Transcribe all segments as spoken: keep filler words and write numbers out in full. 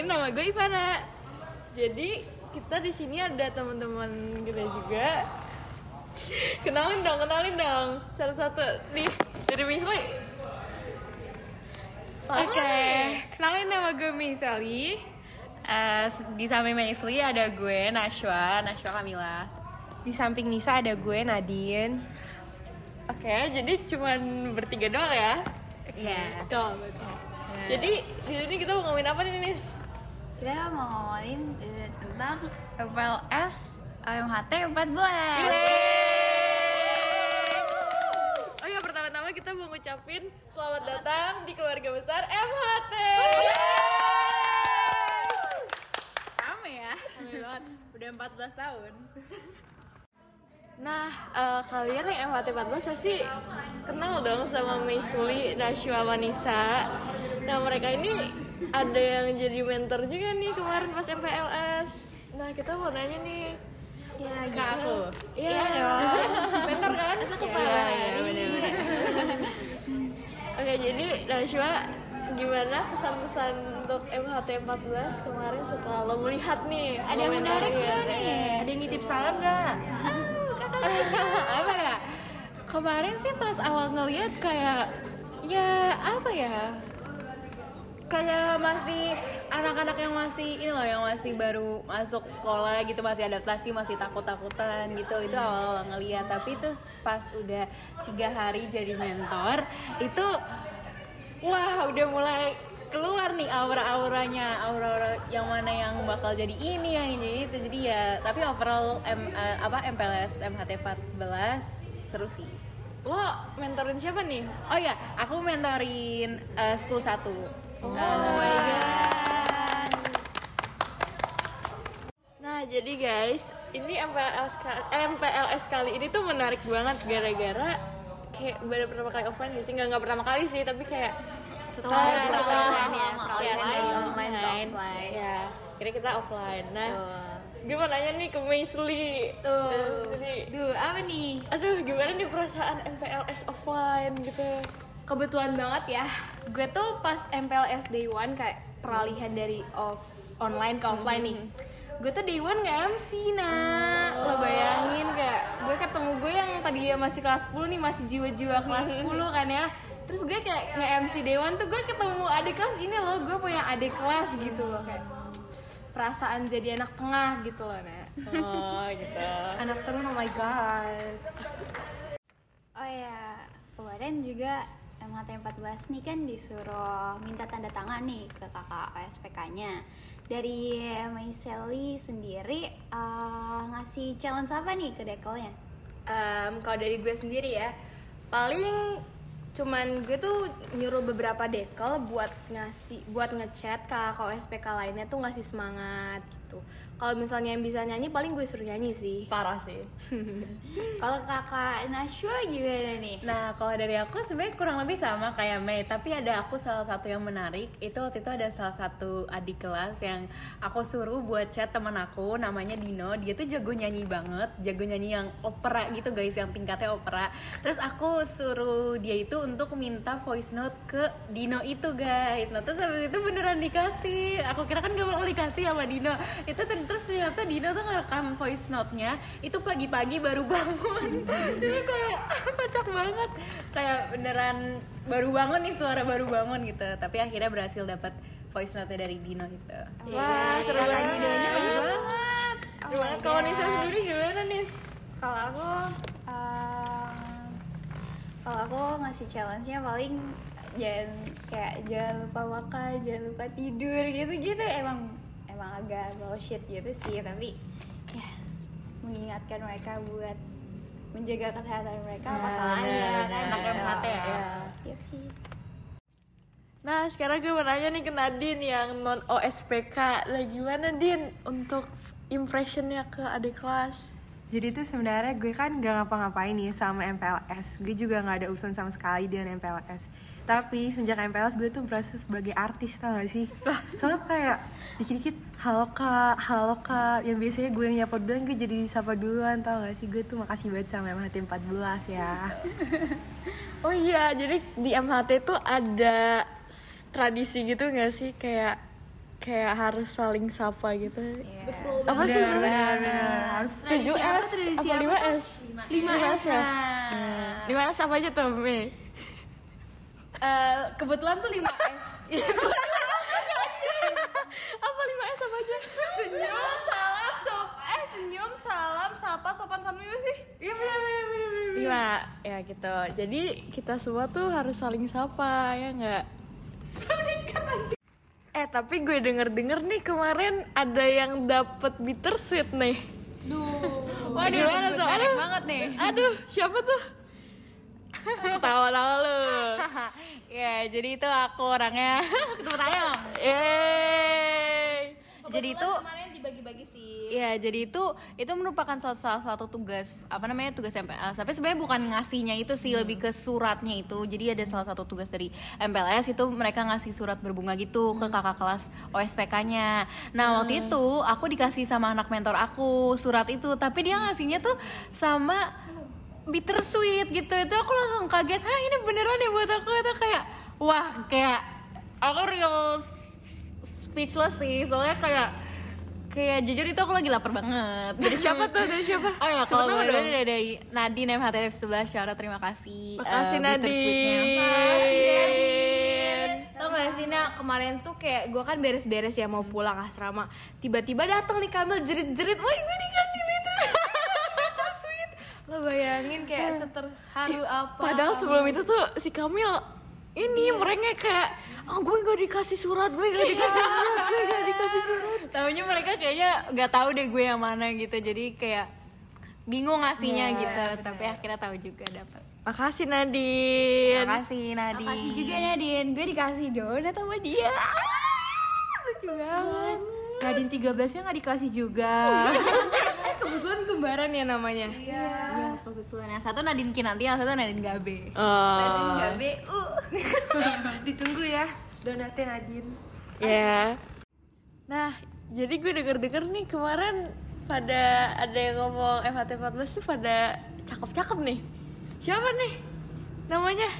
nama gue Ivana. Jadi kita di sini ada teman-teman kita juga. Kenalin dong, kenalin dong. Satu-satu nih dari Misli. Oke, okay. Kenalin nama gue Misali. Uh, di samping Misli ada gue Nashwa, Nashwa Kamila. Di samping Nisa ada gue Nadine. Oke, okay, jadi cuman bertiga doang ya? Iya. Okay. Yeah. Yeah. Jadi di sini kita mau ngomongin apa nih, Nis? Kita mau ngomongin uh, tentang M P L S M H T empat belas. Oh ya, pertama-tama kita mau ngucapin selamat datang di keluarga besar M H T. Rame ya? Rame banget. Udah empat belas tahun. Nah, uh, kalian yang M H T empat belas pasti kenal dong sama Misli, Nashwa, Manisa. Nah, mereka ini ada yang jadi mentor juga nih kemarin pas M P L S. Nah, kita mau nanya nih. Ya, ke aku. Iya ya, dong. Mentor kan? Masa kepala. Iya, iya, benar-benar. Oke, jadi Nashwa, gimana kesan-kesan untuk M H T empat belas kemarin setelah lo melihat nih? Ada yang menarik nggak nih? Ada yang nitip salam nggak? Apa ya? Kemarin sih pas awal ngeliat kayak ya apa ya? Kayak masih anak-anak yang masih ini loh, yang masih baru masuk sekolah gitu, masih adaptasi, masih takut-takutan gitu. Itu awal-awal ngeliat, tapi itu pas udah tiga hari jadi mentor itu wah udah mulai keluar nih aura-auranya, aura-aura yang mana yang bakal jadi ini, yang ini itu. Jadi ya, tapi overall M, uh, apa M P L S M H T empat belas seru sih. Lo mentorin siapa nih? Oh ya, aku mentorin uh, school satu. Oh uh, my god. Nah, jadi guys, ini M P L S M P L S kali ini tuh menarik banget gara-gara kayak baru pertama kali offline sih, nggak nggak pertama kali sih, tapi kayak setelah Oh, setelah peralihan ya, ya, peralihan dari online ke offline. Ya, kira kita offline. Nah, Tuh. gue mau nanya nih ke Misli. Tuh. Jadi, Duh, apa nih? aduh, gimana nih perasaan M P L S offline gitu? Kebetulan banget ya, gue tuh pas M P L S Day One kayak peralihan dari off online ke offline nih. Gue tuh Day One nge-M C, nah lo bayangin kayak gue ketemu gue yang tadi ya masih kelas sepuluh nih, masih jiwa-jiwa kelas sepuluh kan ya. Terus gue kayak nge-M C Day One tuh gue ketemu adik kelas ini loh, gue punya adik kelas gitu loh, kayak perasaan jadi anak tengah gitu loh, Nek. Oh, gitu. Anak tengah, oh my god. Oh ya, kemarin juga M H T empat belas nih kan disuruh minta tanda tangan nih ke kakak O S P K-nya. Dari Misali sendiri uh, ngasih challenge apa nih ke dekelnya? Um, kalau dari gue sendiri ya, paling cuman gue tuh nyuruh beberapa dekel buat ngasih, buat ngechat ke kakak O S P K lainnya tuh ngasih semangat gitu. Kalau misalnya yang bisa nyanyi, paling gue suruh nyanyi sih. Parah sih. Kalau kakak Nashwa gimana nih? Nah, kalau dari aku sebenarnya kurang lebih sama kayak Mei, tapi ada aku salah satu yang menarik. Itu waktu itu ada salah satu adik kelas yang aku suruh buat chat teman aku, namanya Dino. Dia tuh jago nyanyi banget, jago nyanyi yang opera gitu guys, yang tingkatnya opera. Terus aku suruh dia itu untuk minta voice note ke Dino itu guys. Nah, terus habis itu beneran dikasih. Aku kira kan gak bakal dikasih sama Dino. Itu terus ternyata Dino tuh ngerekam voice note-nya itu pagi-pagi baru bangun. Jadi kayak kocak banget, kayak beneran baru bangun nih, suara baru bangun gitu. Tapi akhirnya berhasil dapat voice note dari Dino itu. Wah, seru banget. Dinonya bagus banget. Seru banget. Kalau Nisa sendiri gimana nih? Kalau aku, um, kalau aku ngasih challenge-nya paling jangan kayak jangan lupa makan, jangan lupa tidur gitu-gitu. Emang emang agak bullshit gitu sih, tapi ya mengingatkan mereka buat menjaga kesehatan mereka, Nah, masalahnya bener, kan anak M H T ya. Iya sih. Nah, sekarang gue mau nanya nih ke Nadine yang non O S P K. Nah, gimana Din untuk impressionnya ke adik kelas? Jadi tuh sebenarnya gue kan gak ngapa-ngapain nih sama M P L S. Gue juga gak ada urusan sama sekali dengan M P L S. Tapi semenjak M P L S gue tuh merasa sebagai artis, tau gak sih? Soalnya kayak dikit-dikit halo kak, halo kak. Yang biasanya gue yang nyapa duluan, gue jadi disapa duluan, tau gak sih? Gue tuh makasih banget sama M H T empat belas ya. Oh iya, jadi di M H T tuh ada tradisi gitu gak sih? Kayak kayak harus saling sapa gitu. Iya. Apa sih? Benar-benar harus tujuh S apa lima S? lima S ya? lima S apa aja tuh, Mi? Eh, kebetulan tuh lima S. Apa lima S apa aja? Senyum, salam, sop, eh senyum, salam, sapa, sopan santun apa sih? Iya benar benar benar. Lima, ya gitu. Jadi kita semua tuh harus saling sapa, ya nggak? Eh tapi gue denger-denger nih kemarin ada yang dapet bittersweet nih. Waduh, Gimana tuh? menarik Aduh. banget nih. Aduh, siapa tuh? Ketawa-tawa lu. Ya, jadi itu aku orangnya tepuk tangan. Yeay. Jadi itu Kemarin dibagi-bagi sih. ya, jadi itu itu merupakan salah, salah satu tugas apa namanya tugas M P L S. Tapi sebenarnya bukan ngasihnya itu sih, lebih ke suratnya itu. Jadi ada salah satu tugas dari M P L S itu mereka ngasih surat berbunga gitu ke kakak kelas O S P K-nya. Nah, waktu itu aku dikasih sama anak mentor aku surat itu, tapi dia ngasihnya tuh sama bittersweet gitu. Itu aku langsung kaget, "Hah, ini beneran ya buat aku?" Itu kayak wah, kayak aku real speechless sih. Soalnya kayak kayak jujur itu aku lagi lapar banget. Dari siapa tuh? Dari siapa? Oh ya, Sebut kalau nama gue dong. dari, dari Nadine M H T F sebelas, shout out, terima kasih. Makasih eh, bittersweet-nya. Nadine. Tau gak sih Nak, kemarin tuh kayak gue kan beres-beres ya mau pulang asrama. Tiba-tiba datang nih Kamil jerit-jerit, wah gue dikasih bittersweet. Lo bayangin kayak seterharu apa. Padahal sebelum itu tuh si Kamil ini merengek kayak, oh gue gak dikasih surat, gue gak dikasih surat, gue gak dikasih surat. Taunya mereka kayaknya nggak tahu deh gue yang mana gitu, jadi kayak bingung ngasihnya gitu. Tapi akhirnya tahu juga dapat. Makasih Nadine. Makasih Nadine. Makasih juga Nadine, gue dikasih donat sama dia. Lucu banget. Nadine tiga belasnya gak dikasih juga. Kebetulan kembaran ya namanya. Iya. Kebetulan yang satu Nadine Kinanti, yang satu Nadine Gabe. Oh. Nggak B U. Ditunggu ya donatnya Nadine. Ya. Nah, jadi gue denger-denger nih kemarin pada ada yang ngomong F H T empat belas tuh pada cakep-cakep nih. Siapa nih namanya?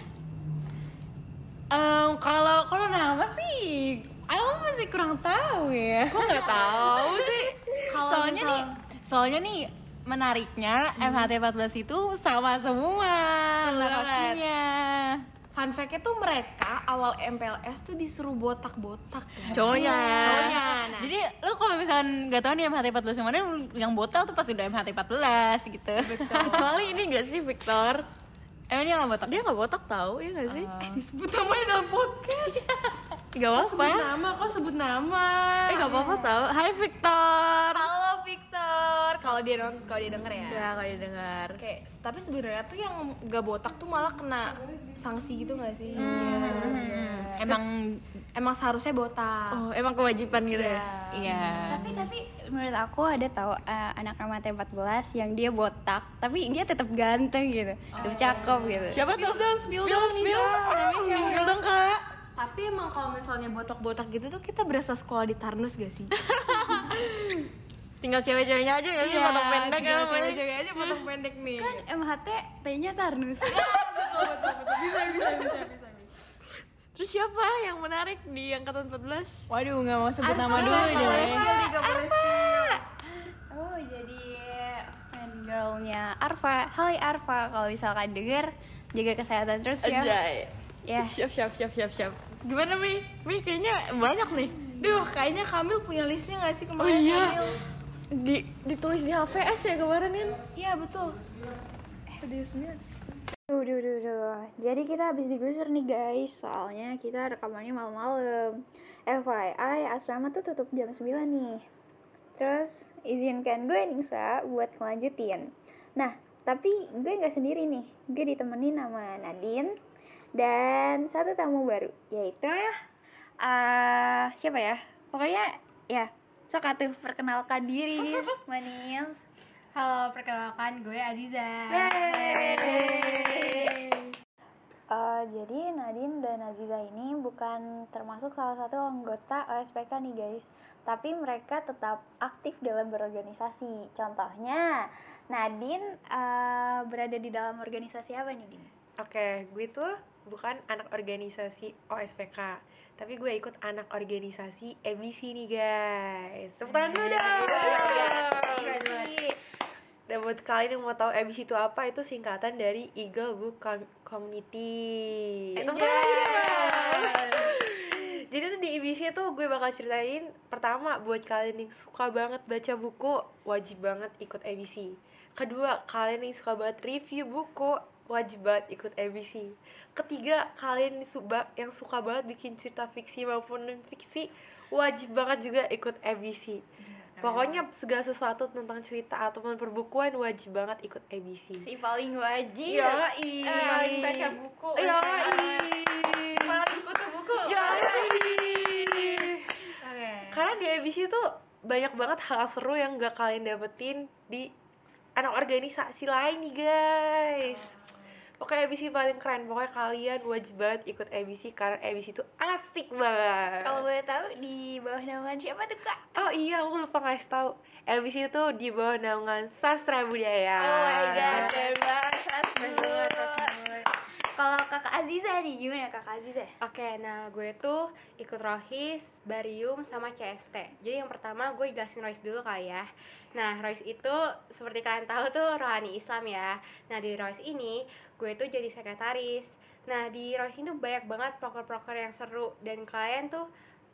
Em, kalau kalau nama sih, aku masih kurang tahu ya. Kok nggak tahu sih? soalnya nih, soalnya nih menariknya M H T empat belas itu sama semua laki-lakinya. Fun fact-nya tuh mereka awal M P L S tuh disuruh botak-botak ya. Cowoknya. Cowoknya. Nah, Jadi lu kalau misalkan nggak tahu nih M H T empat belas yang mana, yang botak tuh pasti udah M H T empat belas gitu. Kecuali ini nggak sih Victor? Emang dia nggak botak? Dia nggak botak tahu ya nggak sih? disebut namanya dalam podcast. Gak apa-apa. Sebut nama, kok sebut nama. Eh nggak apa-apa tahu. Hai Victor. Halo Victor. Kalau dia non, kalau dia denger ya. Ya kalau didengar. Kayak tapi sebenarnya tuh yang gak botak tuh malah kena sanksi gitu gak sih? Hmm, emang Emang seharusnya botak. Oh emang kewajiban gitu ya? iya. Tapi tapi menurut aku ada tahu uh, anak M H T empat belas yang dia botak, tapi dia tetap ganteng gitu, tetap cakep gitu. Siapa tuh? Spill dong, spill. Spill dong kak. Tapi emang kalau misalnya botak-botak gitu tuh kita berasa sekolah di Tarnus gak sih? Tinggal cewek-ceweknya aja nggak sih potong pendek ya? Cewek-cewek aja potong pendek nih. Kan M H T T-nya Tarnus. Terus siapa yang menarik di angkatan empat belas? Waduh, nggak mau sebut nama dulu deh. Oh, jadi fangirl-nya Arfa. Hai Arfa, kalau misalkan denger jaga kesehatan terus ya. Anjay. Ya. Siap, siap, siap, siap, siap. Gimana Mi? Mi kayaknya banyak nih. Duh, kayaknya Kamil punya listnya gak sih Oh kemarin? iya. Kamil? Di ditulis di H V S ya kemarin Nin? Iya betul. Duh, duh, duh, duh. Jadi kita habis digusur nih guys. Soalnya kita rekamannya malam-malam. F Y I, asrama tuh tutup jam sembilan nih. Terus izinkan gue Nisa buat ngelanjutin. Nah, tapi gue gak sendiri nih. Gue ditemenin sama Nadine dan satu tamu baru, yaitu uh, siapa ya? Pokoknya ya, sok atuh perkenalkan diri Manils. Halo, perkenalkan gue Aziza. Uh, jadi Nadine dan Aziza ini bukan termasuk salah satu anggota O S P K nih guys, tapi mereka tetap aktif dalam berorganisasi. Contohnya Nadine uh, berada di dalam organisasi apa nih, Din? Oke, gue tuh bukan anak organisasi O S P K, tapi gue ikut anak organisasi A B C nih guys. Tepuk tangan dulu dong. Dan buat kalian yang mau tahu A B C itu apa, itu singkatan dari Eagle Book Com- Community. Tepuk tangan lagi dong. Jadi tuh di A B C tuh gue bakal ceritain, pertama buat kalian yang suka banget baca buku, wajib banget ikut A B C. Kedua, kalian yang suka banget review buku, wajib banget ikut A B C. Ketiga, kalian yang suka, yang suka banget bikin cerita fiksi maupun non fiksi, wajib banget juga ikut A B C. Pokoknya segala sesuatu tentang cerita ataupun perbukuan wajib banget ikut A B C. Si paling wajib. Ya, paling baca buku. Ya, Paling kutu buku. ya, Oke. Karena di A B C tuh banyak banget hal seru yang gak kalian dapetin di anak organisasi lain nih guys. Pokoknya A B C paling keren. Pokoknya kalian wajib banget ikut A B C karena A B C itu asik banget. Kalau boleh tahu di bawah naungan siapa tuh kak? Oh iya, aku lupa ngasih tahu. A B C itu di bawah naungan Sastra Budaya. Oh my god, keren banget, banget. Kalau kakak Aziza nih, gimana kakak Aziza? Oke, nah gue tuh ikut Rohis, Barium, sama C S T. Jadi yang pertama gue jelasin Rohis dulu kali ya. Nah, Rohis itu seperti kalian tahu tuh rohani Islam ya. Nah, di Rohis ini gue tuh jadi sekretaris. Nah, di Rohis ini tuh banyak banget proker-proker yang seru. Dan kalian tuh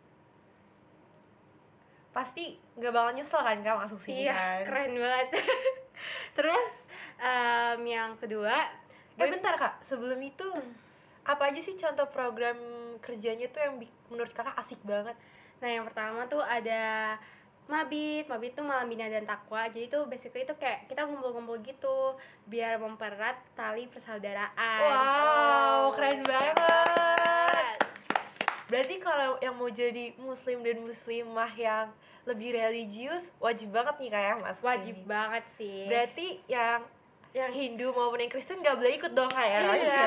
Pasti gak bakal nyesel kan kak masuk sini iya, kan? keren banget. Terus em, yang kedua, Eh bentar kak, sebelum itu apa aja sih contoh program kerjanya tuh yang bi- menurut kakak asik banget? nah yang pertama tuh ada Mabit. Mabit tuh Malam Bina dan Takwa. Jadi tuh basically tuh kayak kita ngumpul-ngumpul gitu biar mempererat tali persaudaraan. Wow, keren banget. Berarti kalau yang mau jadi muslim dan muslimah yang lebih religius, wajib banget nih kayak masuk Wajib sini. banget sih. Berarti yang yang Hindu maupun yang Kristen gak boleh ikut dong kayak Rohis Iya. ya?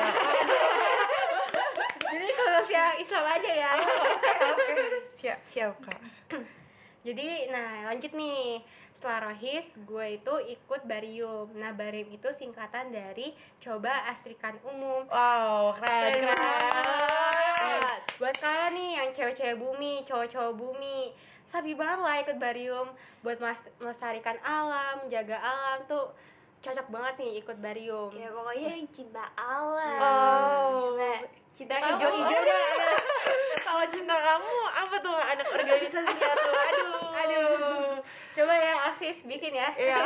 Jadi kalau yang Islam aja ya. Siap, siap kak. Jadi nah lanjut nih. Setelah Rohis, gue itu ikut Barium. Nah, Barium itu singkatan dari Coba Asrikan Umum. Wow, keren, Keren keren. Buat kalian nih yang cewek-cewek bumi, cowok-cowok bumi, sabi banget lah ikut Barium buat melas- melestarikan alam, jaga alam tuh cocok banget nih ikut Barium. Ya pokoknya yang cinta alam. Oh, Cinta kamu. hijau-hijau dah. Kalau cinta kamu apa tuh anak organisasinya tuh? Aduh, Aduh. Coba ya Aksis bikin ya. Iya.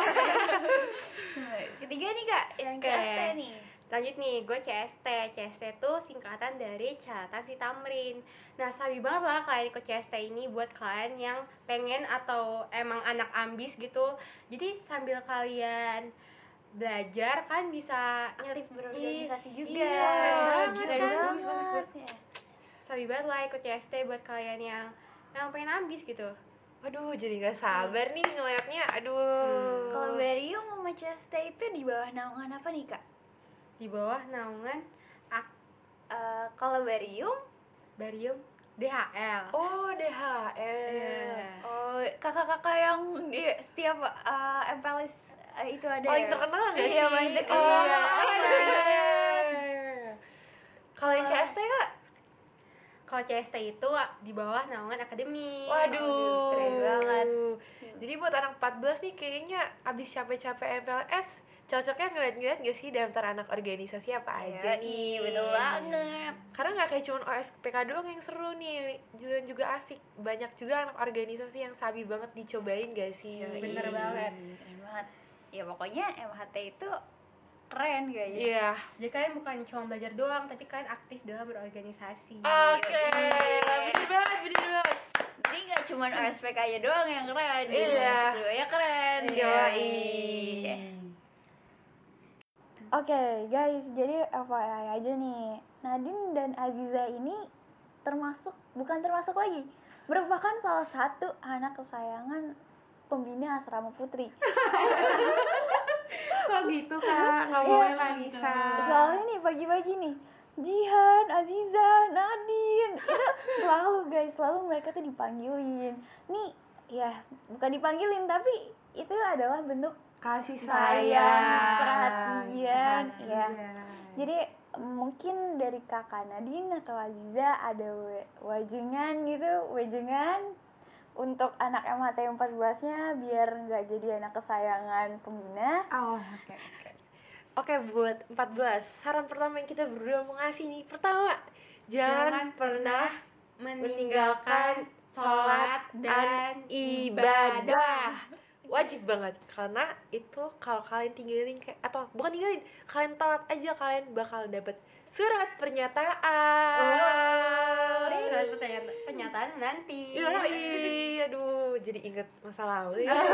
Ketiga nih kak, yang Oke. C S T nih. Lanjut nih, gue C S T. C S T tuh singkatan dari Catatan Si Tamrin. Nah, sabi banget lah kalian ikut C S T ini buat kalian yang pengen atau emang anak ambis gitu. Jadi sambil kalian belajar kan bisa Aktif nyelip berorganisasi Ih, juga. Iya, keren banget Keren kan? banget. Bagus, bagus, bagus. Sabi banget lah ikut C S T buat kalian yang yang pengen ambis gitu. Waduh, jadi gak sabar nih ngeliatnya. Aduh. Hmm. Kalau Barium sama C S T itu di bawah naungan apa nih kak? Di bawah naungan Ak- Eh, kalau Barium, Barium D H L. Oh, D H L. Iya. oh kakak-kakak yang di setiap eh, M P L S eh, itu ada Paling ya? terkenal gak sih? Iya, paling terkenal. Oh, Iya. iya. Kalau yang C S T kak? Kalau C S T itu di bawah naungan akademi. Waduh, keren banget. Jadi buat anak empat belas nih kayaknya abis capek-capek M P L S, cocoknya ngeliat-ngeliat gak sih daftar anak organisasi apa aja nih? Iya, betul banget. Karena gak kayak cuma O S P K doang yang seru nih, juga juga asik. Banyak juga anak organisasi yang sabi banget dicobain gak sih? Bener banget. Keren banget. Ya pokoknya M H T itu keren guys. Iya. Jadi kalian bukan cuma belajar doang, tapi kalian aktif dalam berorganisasi. Oke, bener banget, bener banget. Jadi nggak cuma O S P K-nya doang yang keren, Iya. semuanya keren. Yoi. Oke guys, jadi F Y I aja nih, Nadine dan Aziza ini termasuk, bukan termasuk lagi, merupakan salah satu anak kesayangan pembina asrama putri. Kok gitu kak? Ngomongnya Kak Nisa. Soalnya nih pagi-pagi nih, Jihan, Aziza, Nadine, itu selalu guys, selalu mereka tuh dipanggilin. Nih, ya bukan dipanggilin, tapi itu adalah bentuk Kasih sayang, perhatian, ya. Iya. Jadi mungkin dari kakak Nadine atau Aziza ada we- wajengan gitu, wajengan untuk anak M H T empat belas-nya biar nggak jadi anak kesayangan Pemina. Oh, oke oke. Oke, buat empat belas, saran pertama yang kita berdua mau ngasih nih. Pertama, jangan, Jangan pernah meninggalkan sholat dan ibadah. Wajib banget, karena itu kalau kalian tinggalin kayak, atau bukan tinggalin, kalian telat aja, kalian bakal dapet surat pernyataan. Oh, surat pernyataan, pernyataan nanti. Iya, iya, aduh, jadi inget masa lalu ya.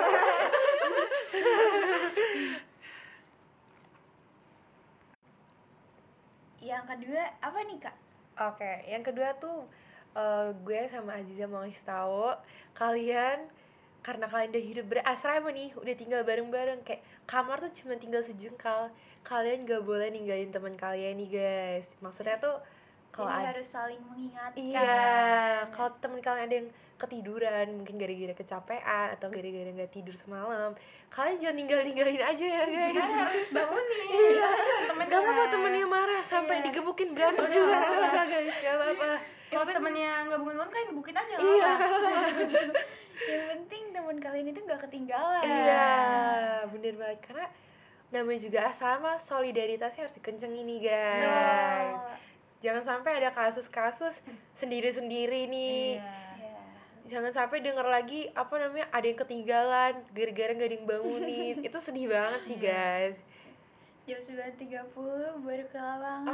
Yang kedua apa nih kak? Oke, yang kedua tuh eh, gue sama Aziza mau ngasih tahu kalian, karena kalian udah hidup berasrama nih, udah tinggal bareng-bareng, kayak kamar tuh cuma tinggal sejengkal, kalian gak boleh ninggalin teman kalian nih guys. Maksudnya tuh kalau Jadi ada, harus saling mengingatkan. iya, kalau teman kalian ada yang ketiduran, mungkin gara-gara kecapean atau gara-gara nggak tidur semalam, kalian jangan ninggal-ninggalin aja ya guys. Harus bangunin. Iya, gak apa-apa temennya marah sampai digebukin berantem juga, gak apa-apa guys, gak apa-apa. Kalau temennya nggak bangun-bangun kan gebukin aja. Iya. Yang penting teman kalian itu nggak ketinggalan. Iya, bener banget, karena namanya juga asrama, solidaritasnya harus dikencengin nih guys. Jangan sampai ada kasus-kasus sendiri-sendiri nih. Iya. Jangan sampai denger lagi apa namanya ada yang ketinggalan gara-gara gak ada yang bangunin. Itu sedih banget sih guys. Jam sembilan tiga puluh baru ke lapangan.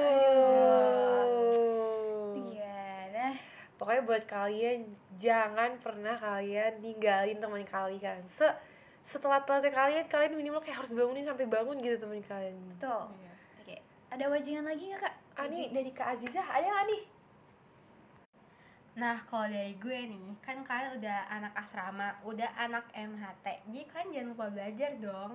Aduh. Gimana? Pokoknya buat kalian, jangan pernah kalian ninggalin teman kalian. Se setelah telatnya kalian, kalian minimal kayak harus bangunin sampai bangun gitu teman kalian. Betul. Oke. Ada wajangan lagi nggak kak? Ani, dari Kak Aziza ada nggak nih? Nah, kalau dari gue nih, kan kalian udah anak asrama, udah anak M H T, jadi kalian jangan lupa belajar dong.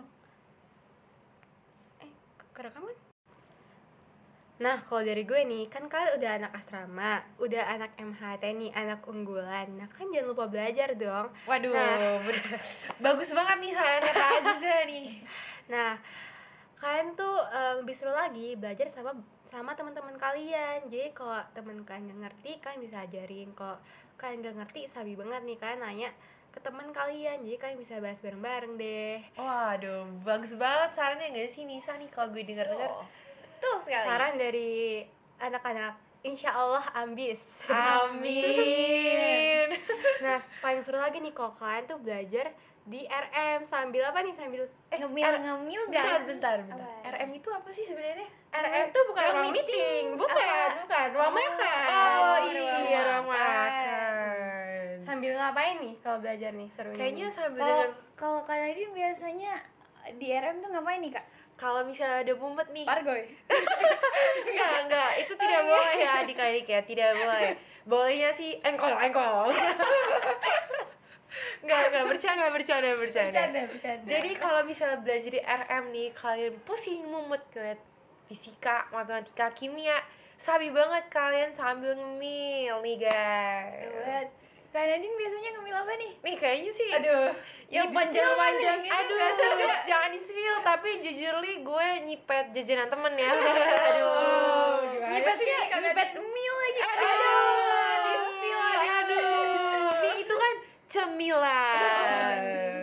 Eh, kerekaman? Nah, kalau dari gue nih, kan kalian udah anak asrama, udah anak M H T nih, anak unggulan. Nah, kan jangan lupa belajar dong. Waduh, Nah. bener. Bagus banget nih sarannya Kak Aziza nih. Nah, kalian tuh eh, lebih seru lagi belajar sama sama teman-teman kalian. Jadi kalau teman kalian nggak ngerti, kalian bisa ajarin. Kalau kalian nggak ngerti, sabi banget nih kalian nanya ke teman kalian. Jadi kalian bisa bahas bareng-bareng deh. Waduh, bagus banget sarannya nggak sih Nisa nih kalau gue denger-denger. Betul sekali. Saran dari anak-anak insya Allah ambis. Amin. Nah, paling seru lagi nih kalau kalian tuh belajar di R M sambil apa nih sambil eh ngemil R- ngemil Bentar, guys. bentar, bentar. Apa? R M itu apa sih sebenarnya? R M tuh bukan ruang meeting, bukan, bukan, ruang makan. Oh Ruang iya, ruang makan. makan. Sambil ngapain nih kalau belajar nih serunya? Kayaknya nih? sambil Kalau dengan kalau Kak Nadine biasanya di R M tuh ngapain nih kak? kalau misalnya ada mumet nih. Pargoy. Enggak, enggak, itu tidak boleh ya adik-adik ya, tidak boleh. Bolehnya sih engkol, engkol. Enggak, enggak, bercanda, bercanda, bercanda. bercanda, bercanda. Jadi kalau misalnya belajar di R M nih, kalian pusing mumet ngeliat fisika, matematika, kimia, sabi banget kalian sambil ngemil nih guys. Buat Kak Nadine biasanya ngemil apa nih? Nih kayaknya sih. Aduh, Yang panjang-panjang itu Aduh, nggak seru. jangan di-spill, tapi jujur li gue nyipet jajanan temen ya. Aduh, Nyipetnya nyipet mil lagi. Aduh, di-spill lagi, aduh. Nih, itu kan cemilan.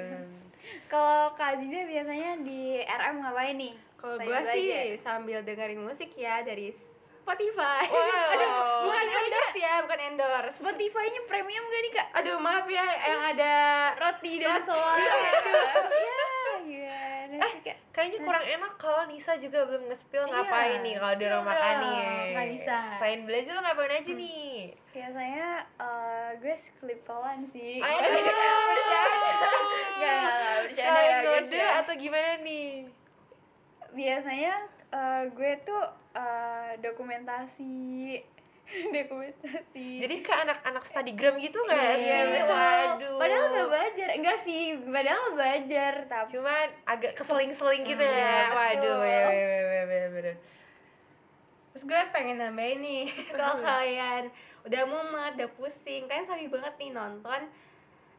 Kalau Kak Aziza biasanya di R M ngapain nih? kalau Selain gue sih belajar. sambil dengerin musik ya dari Spotify. Wow. Aduh, bukan endorse ya, bukan endorse. Spotify-nya premium gak nih kak? Aduh, maaf ya yang ada Roti dan solar. Iya, Ya, gimana sih kak? Kayaknya kurang enak kalau Nisa juga belum nge-spill ngapain nih kalau di spill rumah makan dong, nih. Kak Nisa. Selain belajar lo ngapain aja nih? Biasanya eh, gue sklipolan sih. Aduh. Bercanda. Nggak, nggak, nggak, bercanda Sekalian ya guys ngode ya. atau gimana nih? Biasanya eh, gue tuh eh, dokumentasi dokumentasi. Jadi ke anak-anak studygram gitu nggak sih? Iya, betul. Waduh. Padahal nggak belajar, enggak sih, padahal belajar tapi Cuman agak keseling-seling gitu Iya, ya. betul. Waduh, ya, ya, ya, ya, ya, bener. Terus gue pengen nambahin nih, kalau kalian udah mumet, udah pusing, kalian sabi banget nih nonton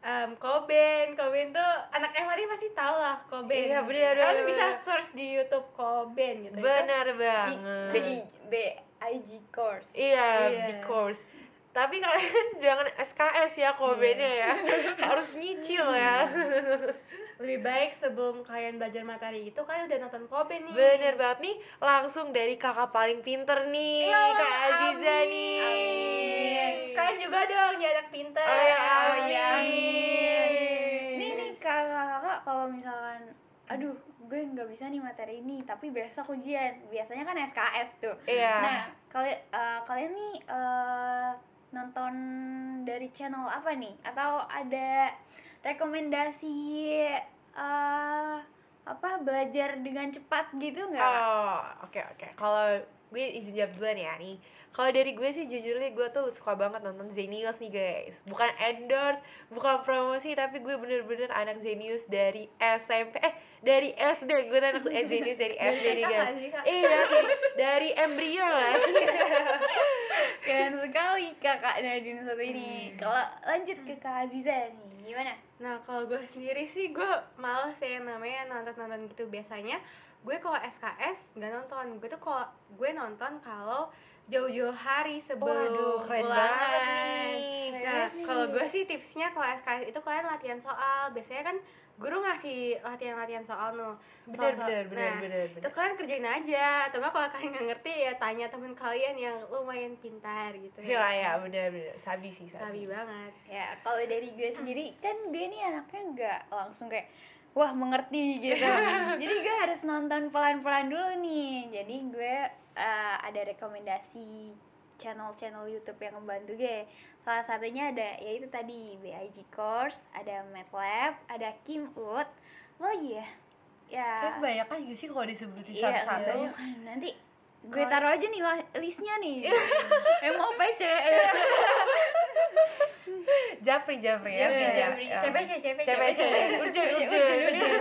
um, Koben. Koben tuh anak M R T pasti tahu lah Koben. Iya, benar, benar, Kalian benar. bisa search di YouTube Koben gitu. Benar B banget. I B I G course. Iya, Iya. big course. Tapi kalian jangan S K S ya Kobennya ya. Harus nyicil ya. Lebih baik sebelum kalian belajar materi itu kalian udah nonton Koben nih. Bener banget nih, langsung dari kakak paling pinter nih, Kak Aziza nih. Amin. Kalian juga dong jadi anak pinter. Oh ya, iya. amin. Nih nih kakak-kakak kalau misalkan aduh gue nggak bisa nih materi ini tapi besok ujian biasanya kan S K S tuh. Iya. Nah kalian uh, kalian nih uh, nonton dari channel apa nih atau ada rekomendasi uh, apa belajar dengan cepat gitu nggak? Kak? Oh, oke oke. Kalau gue izin jawab duluan ya nih. Kalau dari gue sih jujurnya gue tuh suka banget nonton Zenius nih guys. Bukan endorse, bukan promosi, tapi gue bener-bener anak Zenius dari S M P, eh dari S D. Gue tuh anak Zenius dari S D nih guys. Iya sih, dari embrio lah. Keren sekali kakak Nadine satu ini. Kalau lanjut ke Kak Aziza nih, gimana? Nah kalau gue sendiri sih gue males ya yang namanya nonton-nonton gitu. Biasanya gue kalau S K S nggak nonton. Gue tuh kalau gue nonton kalau jauh-jauh hari sebelum Waduh, keren ulangan. banget nih. Nah kalau gue sih tipsnya kalau S K S itu kalian latihan soal. Biasanya kan guru ngasih latihan-latihan soal no. Bener, Soal-soal- bener, bener, nah, bener, bener. itu kalian kerjain aja. Atau enggak kalau kalian nggak ngerti ya tanya temen kalian yang lumayan pintar gitu. Iya ya, bener-bener. Sabi sih, Sabi sabi. banget. Ya kalau dari gue sendiri kan gue nih anaknya nggak langsung kayak wah mengerti gitu. Jadi gue harus nonton pelan-pelan dulu nih. Jadi gue uh, ada rekomendasi channel-channel YouTube yang membantu gue. Salah satunya ada yaitu tadi B I G Course, ada MATLAB, ada Kim Ut, apa lagi ya? Ya. Kayak kebanyakan juga sih kalau disebutin Iya, satu-satu. kebanyakan. Nanti gue taruh aja nih la- listnya nih. Yang mau P C. Japri, Japri ya. Japri, Iya, Japri. iya. C P C, C P C. C P C. Urjun, urjun.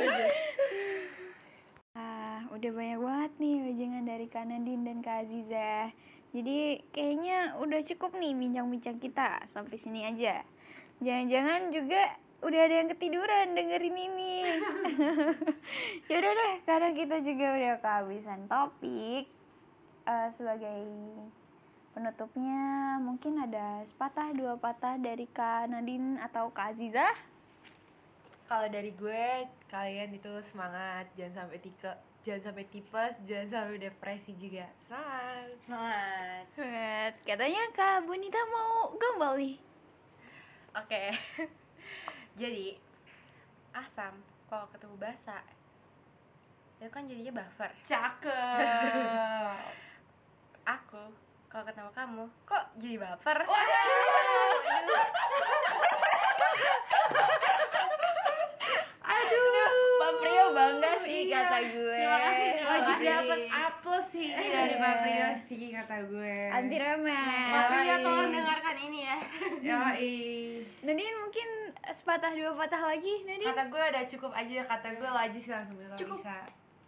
Ah, udah banyak banget nih wejangan dari Kak Nadine dan Kak Aziza. Jadi kayaknya udah cukup nih bincang-bincang kita sampai sini aja. Jangan-jangan juga udah ada yang ketiduran dengerin ini. Yaudah deh, karena kita juga udah kehabisan topik. eh, sebagai penutupnya mungkin ada sepatah dua patah dari Kak Nadine atau Kak Aziza. Kalau dari gue, kalian itu semangat, jangan sampai tike, jangan sampai tipes, jangan sampai depresi juga. Semangat. Semangat. Semangat. Katanya Kak Bonita mau gombal nih. Oke. Jadi asam kalau ketemu basa itu kan jadinya buffer. Cakep. Aku kalau ketemu kamu kok jadi baper? Pak Prio bangga sih kata gue. Terima kasih, terima Wajib kasih. dapat apel sih ini dari Pak Prio sih kata gue. Anti remeh. Tapi ya tolong dengarkan ini ya. Yoi. Nadine mungkin sepatah dua patah lagi Nadine. Kata gue udah cukup aja, kata gue lagi sih langsung kalau Cukup. bisa.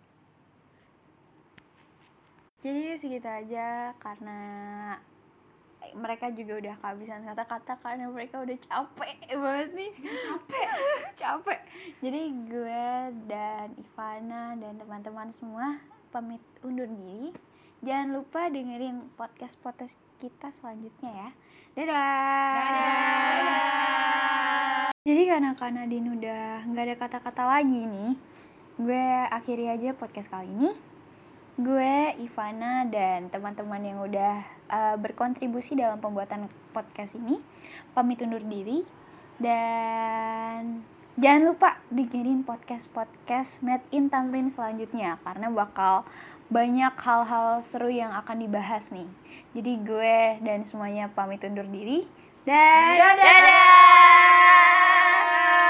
Jadi segitu aja karena mereka juga udah kehabisan kata-kata karena mereka udah capek banget nih. Capek. Capek. Jadi gue dan Ivana dan teman-teman semua pamit undur diri. Jangan lupa dengerin podcast-podcast kita selanjutnya ya. Dadah. Dadah. Jadi karena Kak Nadine udah nggak ada kata-kata lagi nih, gue akhiri aja podcast kali ini. Gue, Ivana, dan teman-teman yang udah uh, berkontribusi dalam pembuatan podcast ini pamit undur diri. Dan jangan lupa dengerin podcast-podcast Made in Tamrin selanjutnya karena bakal banyak hal-hal seru yang akan dibahas nih. Jadi gue dan semuanya pamit undur diri. Dan dadah!